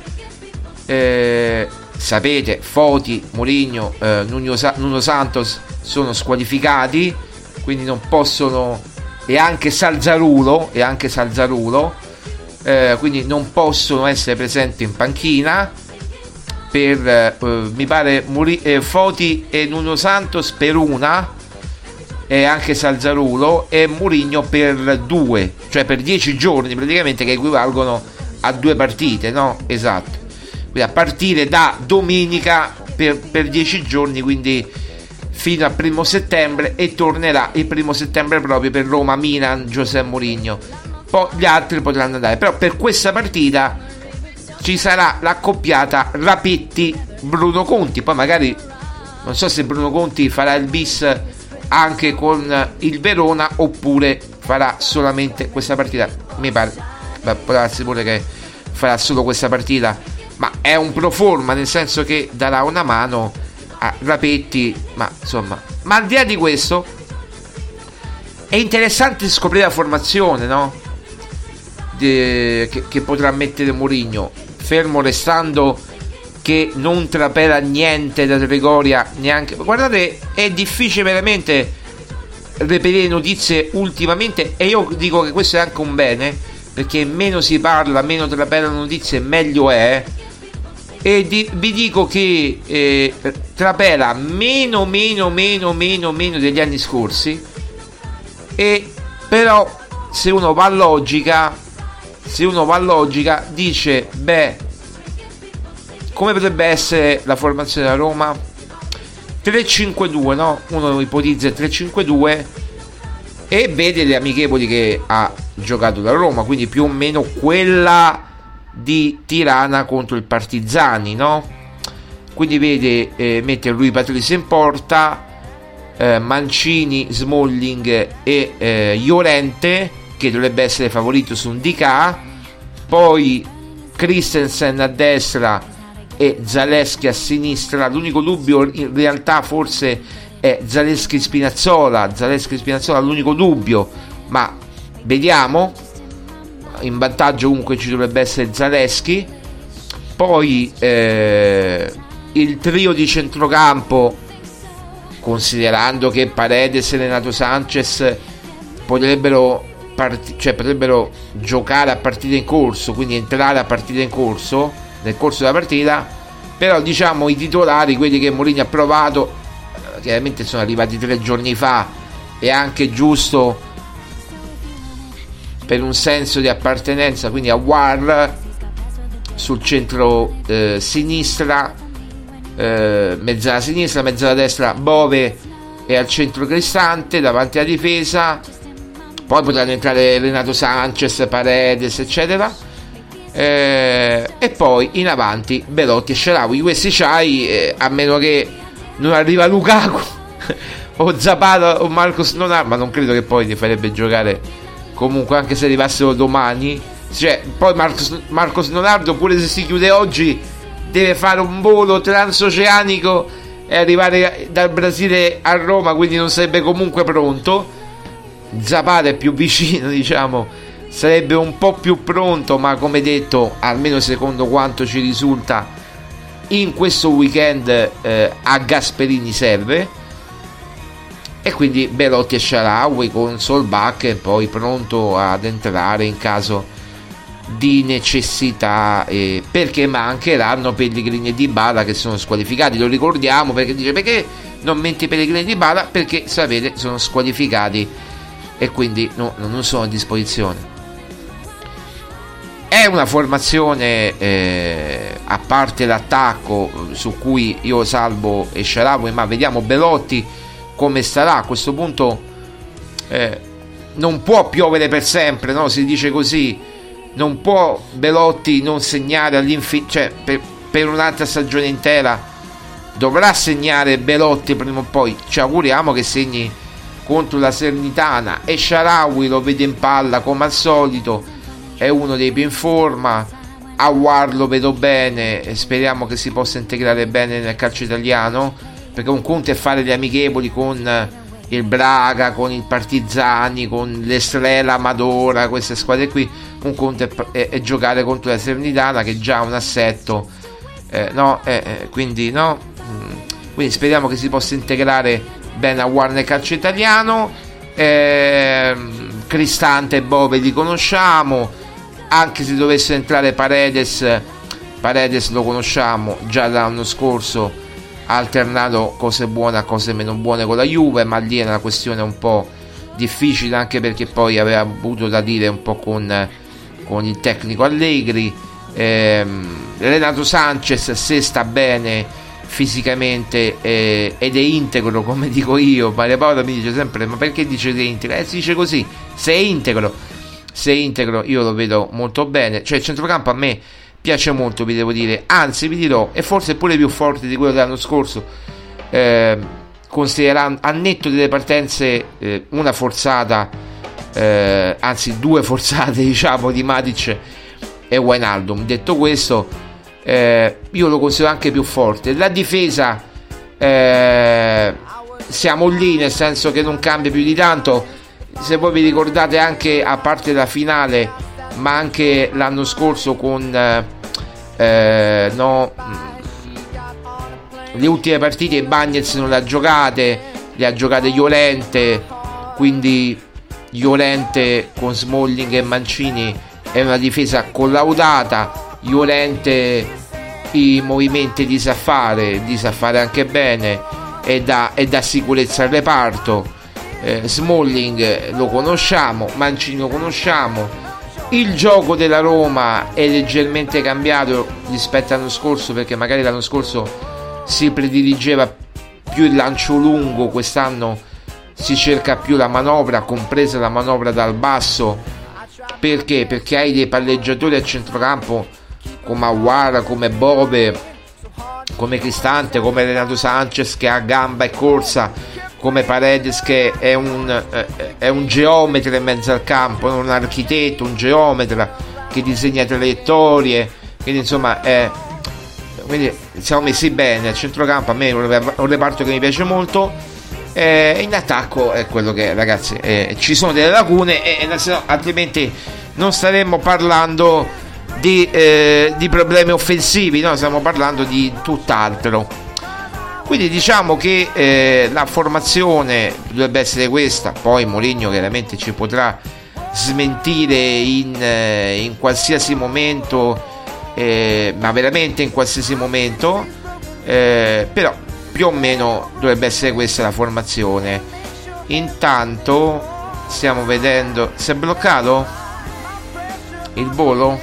Eh, sapete, Foti, Mourinho, eh, Nuno, Sa- Nuno Santos sono squalificati, quindi non possono, e anche Salzarulo e anche Salzarulo eh, quindi non possono essere presenti in panchina per eh, mi pare Muri- eh, Foti e Nuno Santos per una, e anche Salzarulo, e Mourinho per due, cioè per dieci giorni praticamente, che equivalgono a due partite, no? Esatto. Quindi a partire da domenica per, per dieci giorni, quindi fino al primo settembre, e tornerà il primo settembre proprio per Roma Milan José Mourinho. Poi gli altri potranno andare, però per questa partita ci sarà l'accoppiata Rapetti Bruno Conti. Poi magari non so se Bruno Conti farà il bis anche con il Verona oppure farà solamente questa partita. Mi pare, beh, può darsi pure che farà solo questa partita, ma è un pro forma, nel senso che darà una mano a Rapetti. Ma insomma, ma al di là di questo è interessante scoprire la formazione, no? De, che, che potrà mettere Mourinho, fermo restando che non trapela niente da Trigoria, neanche. Guardate, è difficile veramente reperire notizie ultimamente, e io dico che questo è anche un bene, perché meno si parla, meno trapelano notizie, meglio è. E di, vi dico che eh, trapela meno meno meno meno meno degli anni scorsi, e però se uno va a logica se uno va a logica dice, beh, come potrebbe essere la formazione della Roma? tre cinque due, no? Uno ipotizza il tre cinque due e vede le amichevoli che ha giocato la Roma, quindi più o meno quella di Tirana contro il Partizani, no? Quindi vede, eh, mette Rui Patricio in porta, eh, Mancini, Smalling e eh, Llorente, che dovrebbe essere favorito su un D K, poi Christensen a destra e Zaleschi a sinistra. L'unico dubbio in realtà forse è Zaleschi Spinazzola Zaleschi Spinazzola l'unico dubbio, ma vediamo. In vantaggio comunque ci dovrebbe essere Zaleschi. Poi eh, il trio di centrocampo, considerando che Paredes e Renato Sanchez potrebbero Part- cioè potrebbero giocare a partita in corso, quindi entrare a partita in corso nel corso della partita, però diciamo i titolari, quelli che Mourinho ha provato, chiaramente sono arrivati tre giorni fa, è anche giusto per un senso di appartenenza, quindi a War sul centro eh, sinistra, eh, mezzala sinistra, mezzala destra Bove, e al centro Cristante davanti alla difesa. Poi potranno entrare Renato Sanchez, Paredes, eccetera, eh, e poi in avanti Belotti e Shaarawy. Questi c'hai, eh, a meno che non arriva Lukaku o Zapata o Marcos Leonardo, ma non credo che poi li farebbe giocare comunque, anche se arrivassero domani. Cioè, poi Marcos, Marcos Leonardo, pure se si chiude oggi, deve fare un volo transoceanico e arrivare dal Brasile a Roma, quindi non sarebbe comunque pronto. Zapata è più vicino, diciamo, sarebbe un po' più pronto, ma come detto, almeno secondo quanto ci risulta, in questo weekend eh, a Gasperini serve. E quindi Belotti e Shaarawy con Solbakken poi pronto ad entrare in caso di necessità, eh, perché mancheranno Pellegrini e Dybala, che sono squalificati, lo ricordiamo, perché dice perché non metti Pellegrini e Dybala, perché sapete sono squalificati e quindi no, non sono a disposizione. È una formazione, eh, a parte l'attacco, su cui io salvo e Shaarawy, ma vediamo Belotti come starà. A questo punto eh, non può piovere per sempre, no? Si dice così, non può Belotti non segnare all'infinito, cioè per, per un'altra stagione intera dovrà segnare Belotti prima o poi. Ci auguriamo che segni contro la Salernitana, e Shaarawy lo vede in palla come al solito, è uno dei più in forma, Aouar lo vedo bene e speriamo che si possa integrare bene nel calcio italiano, perché un conto è fare le amichevoli con il Braga, con il Partizani, con l'Estrela Amadora, queste squadre qui, un conto è, è, è giocare contro la Salernitana che già ha un assetto, eh, no, eh, quindi no, quindi speriamo che si possa integrare bene Aouar nel calcio italiano. eh, Cristante e Bove li conosciamo, anche se dovesse entrare Paredes, Paredes lo conosciamo già l'anno scorso, ha alternato cose buone a cose meno buone con la Juve, ma lì è una questione un po' difficile, anche perché poi aveva avuto da dire un po' con, con il tecnico Allegri. ehm, Renato Sanchez, se sta bene fisicamente eh, ed è integro, come dico io, Maria Paola mi dice sempre: ma perché dice che è integro? Eh, si dice così, se è integro, se è integro io lo vedo molto bene. Cioè il centrocampo a me piace molto, vi devo dire, anzi vi dirò, e forse pure più forte di quello dell'anno scorso, eh, considerando a netto delle partenze, eh, una forzata, eh, anzi due forzate diciamo di Matic e Wijnaldum. Detto questo, eh, io lo considero anche più forte. La difesa, eh, siamo lì, nel senso che non cambia più di tanto. Se voi vi ricordate, anche a parte la finale, ma anche l'anno scorso con eh, no, le ultime partite Bagnez non le ha giocate, le ha giocate Llorente, quindi Llorente con Smalling e Mancini è una difesa collaudata. Llorente i movimenti li sa fare, li sa fare anche bene e dà, e dà sicurezza al reparto. eh, Smalling lo conosciamo, Mancini lo conosciamo. Il gioco della Roma è leggermente cambiato rispetto all'anno scorso, perché magari l'anno scorso si prediligeva più il lancio lungo, quest'anno si cerca più la manovra, compresa la manovra dal basso. Perché? Perché hai dei palleggiatori a centrocampo come Aouar, come Bove, come Cristante, come Renato Sanchez che ha gamba e corsa, come Paredes che è un, eh, è un geometra in mezzo al campo, non un architetto, un geometra che disegna traiettorie, quindi insomma è, quindi siamo messi bene a centrocampo. A me è un reparto che mi piace molto, e in attacco è quello che è, ragazzi, eh, ci sono delle lacune e, e altrimenti non staremmo parlando di, eh, di problemi offensivi, no? Stiamo parlando di tutt'altro. Quindi diciamo che eh, la formazione dovrebbe essere questa. Poi Mourinho chiaramente ci potrà smentire in, eh, in qualsiasi momento, eh, ma veramente in qualsiasi momento, eh, però più o meno dovrebbe essere questa la formazione. Intanto stiamo vedendo, si è bloccato il volo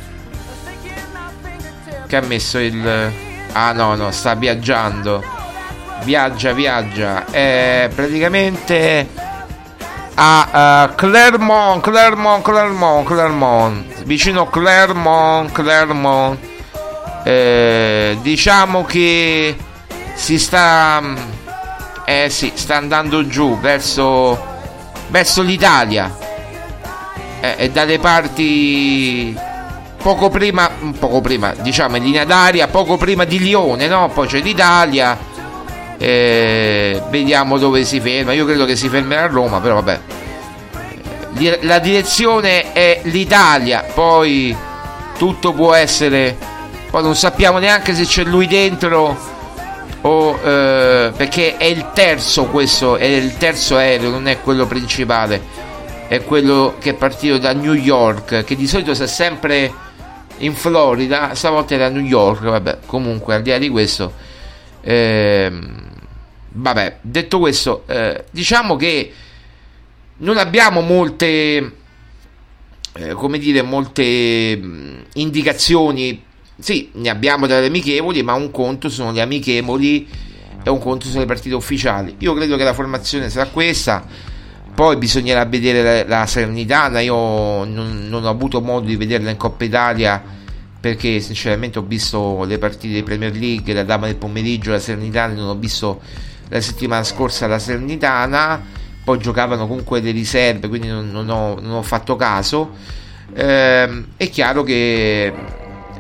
che ha messo il... Ah no, no, sta viaggiando. Viaggia, viaggia. È praticamente a uh, Clermont, Clermont, Clermont, Clermont. Vicino Clermont, Clermont. Eh, diciamo che si sta... Eh sì, sta andando giù verso, verso l'Italia. Eh, e dalle parti... Poco prima, poco prima, diciamo in linea d'aria, poco prima di Lione, no? Poi c'è l'Italia, eh, vediamo dove si ferma. Io credo che si fermerà a Roma, però vabbè. La direzione è l'Italia, poi tutto può essere. Poi non sappiamo neanche se c'è lui dentro o eh, perché è il terzo, questo è il terzo aereo, non è quello principale, è quello che è partito da New York, che di solito sta sempre in Florida, stavolta era a New York. Vabbè, comunque al di là di questo, ehm, vabbè, detto questo, eh, diciamo che non abbiamo molte, eh, come dire, molte mh, indicazioni. Sì, ne abbiamo dalle amichevoli, ma un conto sono le amichevoli e un conto sono le partite ufficiali. Io credo che la formazione sarà questa. Poi bisognerà vedere la, la Salernitana. Io non, non ho avuto modo di vederla in Coppa Italia, perché sinceramente ho visto le partite di Premier League, la dama del pomeriggio, la Salernitana, non ho visto la settimana scorsa la Salernitana. Poi giocavano comunque le riserve, quindi non, non, ho, non ho fatto caso. Ehm, è chiaro che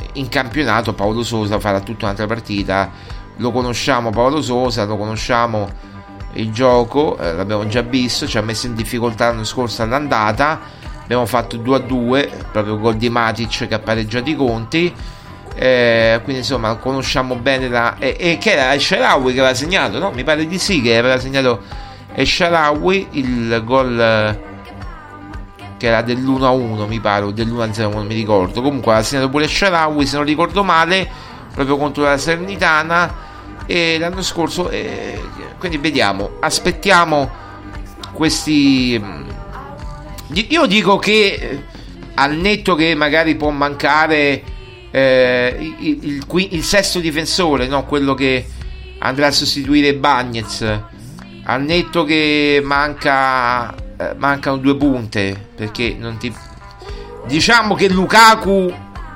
in campionato Paolo Sosa farà tutta un'altra partita. Lo conosciamo Paolo Sosa, lo conosciamo il gioco, eh, l'abbiamo già visto, ci ha messo in difficoltà l'anno scorso all'andata, abbiamo fatto due a due, proprio gol di Matic che ha pareggiato i conti, eh, quindi insomma conosciamo bene la, e, e che era El Shaarawy che aveva segnato, no? Mi pare di sì che aveva segnato El Shaarawy il gol eh, che era dell'uno a uno, mi pare, o dell'uno a zero, non mi ricordo. Comunque ha segnato pure El Shaarawy, se non ricordo male, proprio contro la Salernitana e l'anno scorso, eh, quindi vediamo, aspettiamo questi. Io dico che eh, al netto che magari può mancare eh, il, il, il, il sesto difensore, no? Quello che andrà a sostituire Bagnez, al netto che manca eh, mancano due punte, perché non ti diciamo che Lukaku,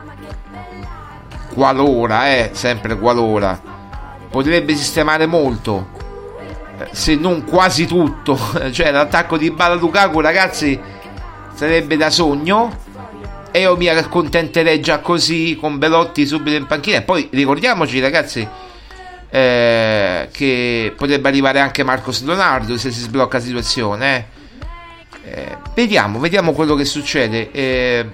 qualora eh, sempre qualora potrebbe sistemare molto, se non quasi tutto, cioè l'attacco di Bala Lukaku, ragazzi, sarebbe da sogno, e io mi accontenterei già così con Belotti subito in panchina. E poi ricordiamoci, ragazzi, eh, che potrebbe arrivare anche Marcos Leonardo se si sblocca la situazione, eh. Eh, vediamo vediamo quello che succede. eh,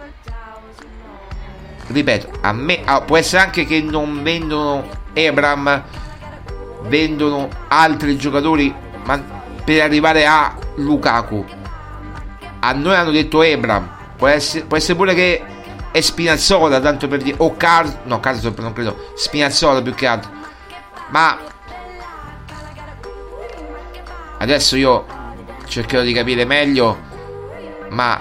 ripeto, a me ah, può essere anche che non vendono Ebram, vendono altri giocatori, ma per arrivare a Lukaku. A noi hanno detto Ebram, può essere, può essere pure che è Spinazzola, tanto per dire, o Car no Carsdorp non credo, Spinazzola più che altro. Ma adesso io cercherò di capire meglio, ma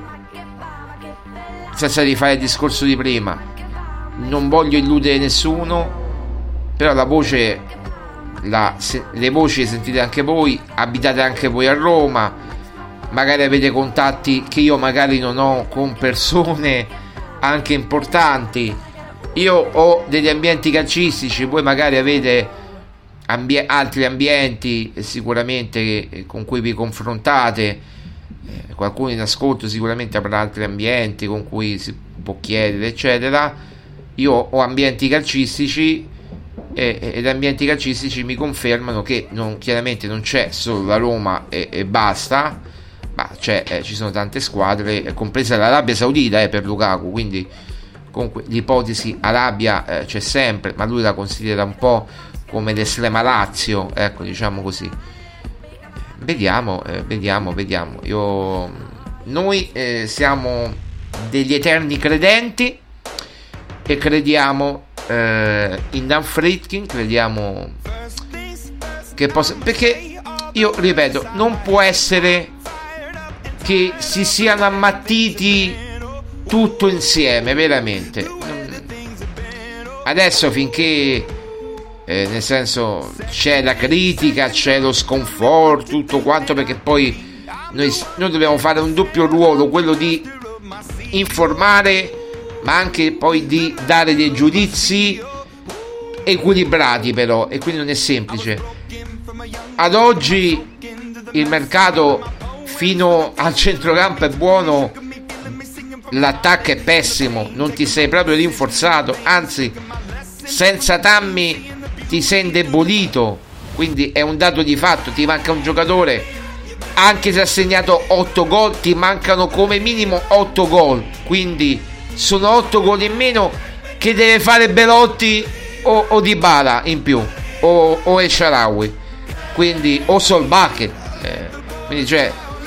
senza rifare il discorso di prima, non voglio illudere nessuno, però la voce la, se, le voci le sentite anche voi, abitate anche voi a Roma, magari avete contatti che io magari non ho con persone anche importanti. Io ho degli ambienti calcistici, voi magari avete ambie- altri ambienti sicuramente che, con cui vi confrontate, eh, qualcuno in ascolto sicuramente avrà altri ambienti con cui si può chiedere eccetera. Io ho ambienti calcistici e, ed ambienti calcistici mi confermano che non, chiaramente non c'è solo la Roma e, e basta, ma c'è, eh, ci sono tante squadre, eh, compresa l'Arabia Saudita eh, per Lukaku, quindi comunque l'ipotesi Arabia eh, c'è sempre, ma lui la considera un po' come l'estrema Lazio, ecco, diciamo così. Vediamo, eh, vediamo, vediamo. Io, noi eh, siamo degli eterni credenti e crediamo eh, in Dan Friedkin, crediamo che possa, perché io ripeto, non può essere che si siano ammattiti tutto insieme, veramente. Adesso finché eh, nel senso c'è la critica, c'è lo sconforto, tutto quanto, perché poi noi, noi dobbiamo fare un doppio ruolo, quello di informare ma anche poi di dare dei giudizi equilibrati, però, e quindi non è semplice. Ad oggi il mercato fino al centrocampo è buono, l'attacco è pessimo, non ti sei proprio rinforzato, anzi senza Tammy ti sei indebolito, quindi è un dato di fatto, ti manca un giocatore, anche se ha segnato otto gol ti mancano come minimo otto gol, quindi sono otto gol in meno che deve fare Belotti o, o Dybala in più, o, o El Shaarawy, quindi o Solbakken, eh, quindi cioè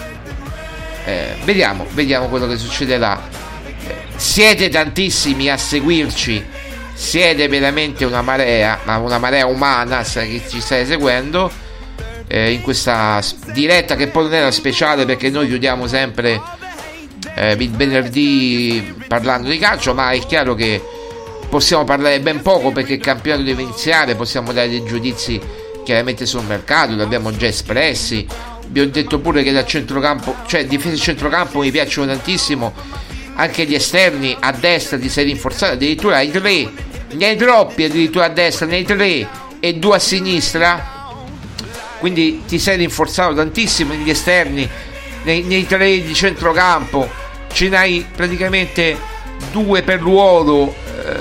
eh, vediamo vediamo quello che succederà. Eh, siete tantissimi a seguirci, siete veramente una marea, ma una marea umana che ci stai seguendo eh, in questa diretta, che poi non era speciale perché noi chiudiamo sempre eh, il venerdì parlando di calcio, ma è chiaro che possiamo parlare ben poco perché il campionato deve iniziare, possiamo dare dei giudizi chiaramente sul mercato, li abbiamo già espressi. Vi ho detto pure che dal centrocampo, cioè difesa e centrocampo mi piacciono tantissimo, anche gli esterni a destra ti sei rinforzato, addirittura ai tre, ne hai troppi addirittura a destra, ne hai tre e due a sinistra, quindi ti sei rinforzato tantissimo negli esterni, nei, nei tre di centrocampo ce n'hai praticamente due per ruolo,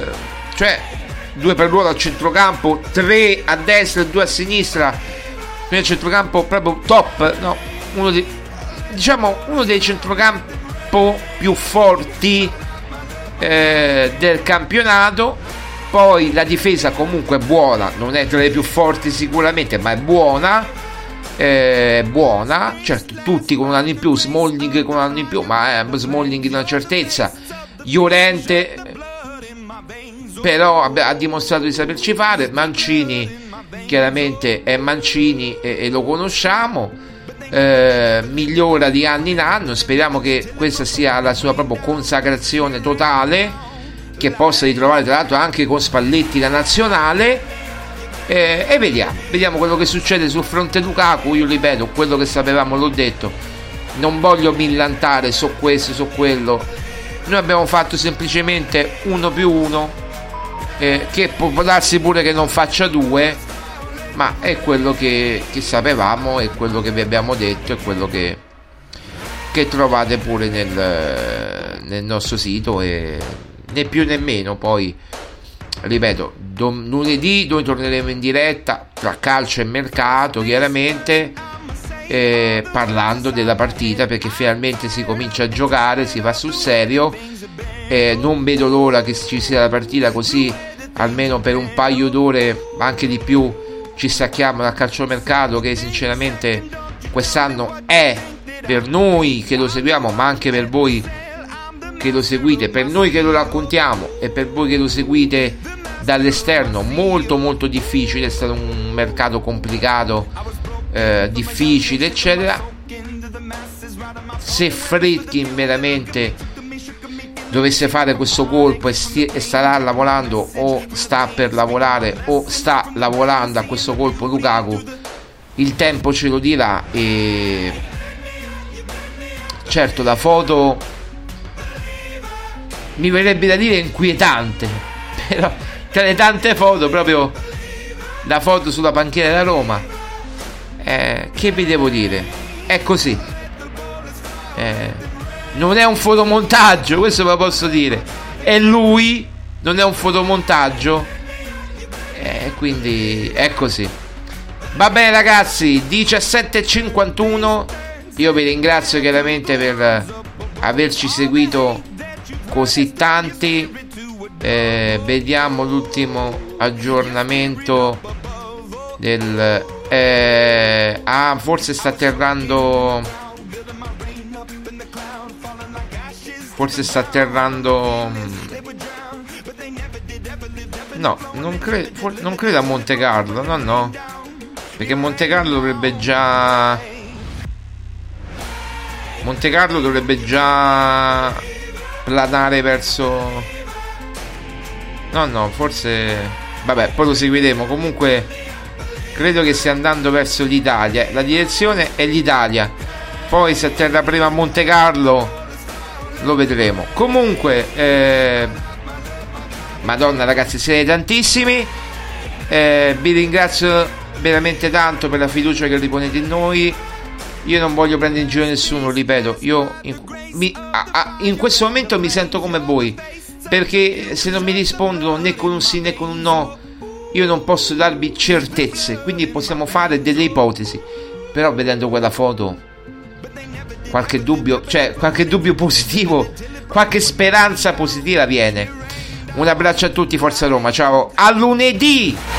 cioè due per ruolo al centrocampo, tre a destra e due a sinistra, quindi il centrocampo proprio top, no? Uno dei, diciamo uno dei centrocampo più forti eh, del campionato. Poi la difesa comunque è buona, non è tra le più forti sicuramente, ma è buona, eh, buona, certo tutti con un anno in più, Smalling con un anno in più, ma è Smalling di una certezza, Llorente però ha dimostrato di saperci fare, Mancini chiaramente è Mancini e, e lo conosciamo, eh, migliora di anno in anno, speriamo che questa sia la sua proprio consacrazione totale, che possa ritrovare tra l'altro anche con Spalletti la nazionale, eh, e vediamo vediamo quello che succede sul fronte Lukaku. Io ripeto quello che sapevamo, l'ho detto, non voglio millantare su questo, su quello, noi abbiamo fatto semplicemente uno più uno, eh, che può darsi pure che non faccia due, ma è quello che, che sapevamo, è quello che vi abbiamo detto, è quello che, che trovate pure nel, nel nostro sito, e né più né meno. Poi ripeto, dom- lunedì noi torneremo in diretta tra calcio e mercato, chiaramente, eh, parlando della partita, perché finalmente si comincia a giocare, si va sul serio, eh, non vedo l'ora che ci sia la partita, così almeno per un paio d'ore, anche di più, ci stacchiamo dal calciomercato, che sinceramente quest'anno è, per noi che lo seguiamo, ma anche per voi che lo seguite, per noi che lo raccontiamo e per voi che lo seguite dall'esterno, molto molto difficile, è stato un mercato complicato, eh, difficile eccetera. Se Friedkin veramente dovesse fare questo colpo e, sti- e starà lavorando, o sta per lavorare, o sta lavorando a questo colpo Lukaku, il tempo ce lo dirà. E certo la foto mi verrebbe da dire inquietante, però tra le tante foto, proprio la foto sulla panchina della Roma, eh, che vi devo dire, è così, eh, non è un fotomontaggio, questo ve lo posso dire, è lui, non è un fotomontaggio, eh, quindi è così. Va bene ragazzi, diciassette e cinquantuno, io vi ringrazio chiaramente per averci seguito così tanti, eh, vediamo l'ultimo aggiornamento del eh, ah forse sta atterrando forse sta atterrando no non credo for, non credo a Monte Carlo, no no perché Monte Carlo dovrebbe già Monte Carlo dovrebbe già planare verso, no no forse vabbè, poi lo seguiremo. Comunque credo che stia andando verso l'Italia, la direzione è l'Italia, poi se atterra prima a Monte Carlo lo vedremo. Comunque eh, madonna ragazzi, siete tantissimi, eh, vi ringrazio veramente tanto per la fiducia che riponete in noi. Io non voglio prendere in giro nessuno, ripeto, io in, mi, a, a, in questo momento mi sento come voi, perché se non mi rispondono né con un sì né con un no, io non posso darvi certezze, quindi possiamo fare delle ipotesi, però vedendo quella foto qualche dubbio, cioè qualche dubbio positivo, qualche speranza positiva viene. Un abbraccio a tutti, forza Roma, ciao, a lunedì!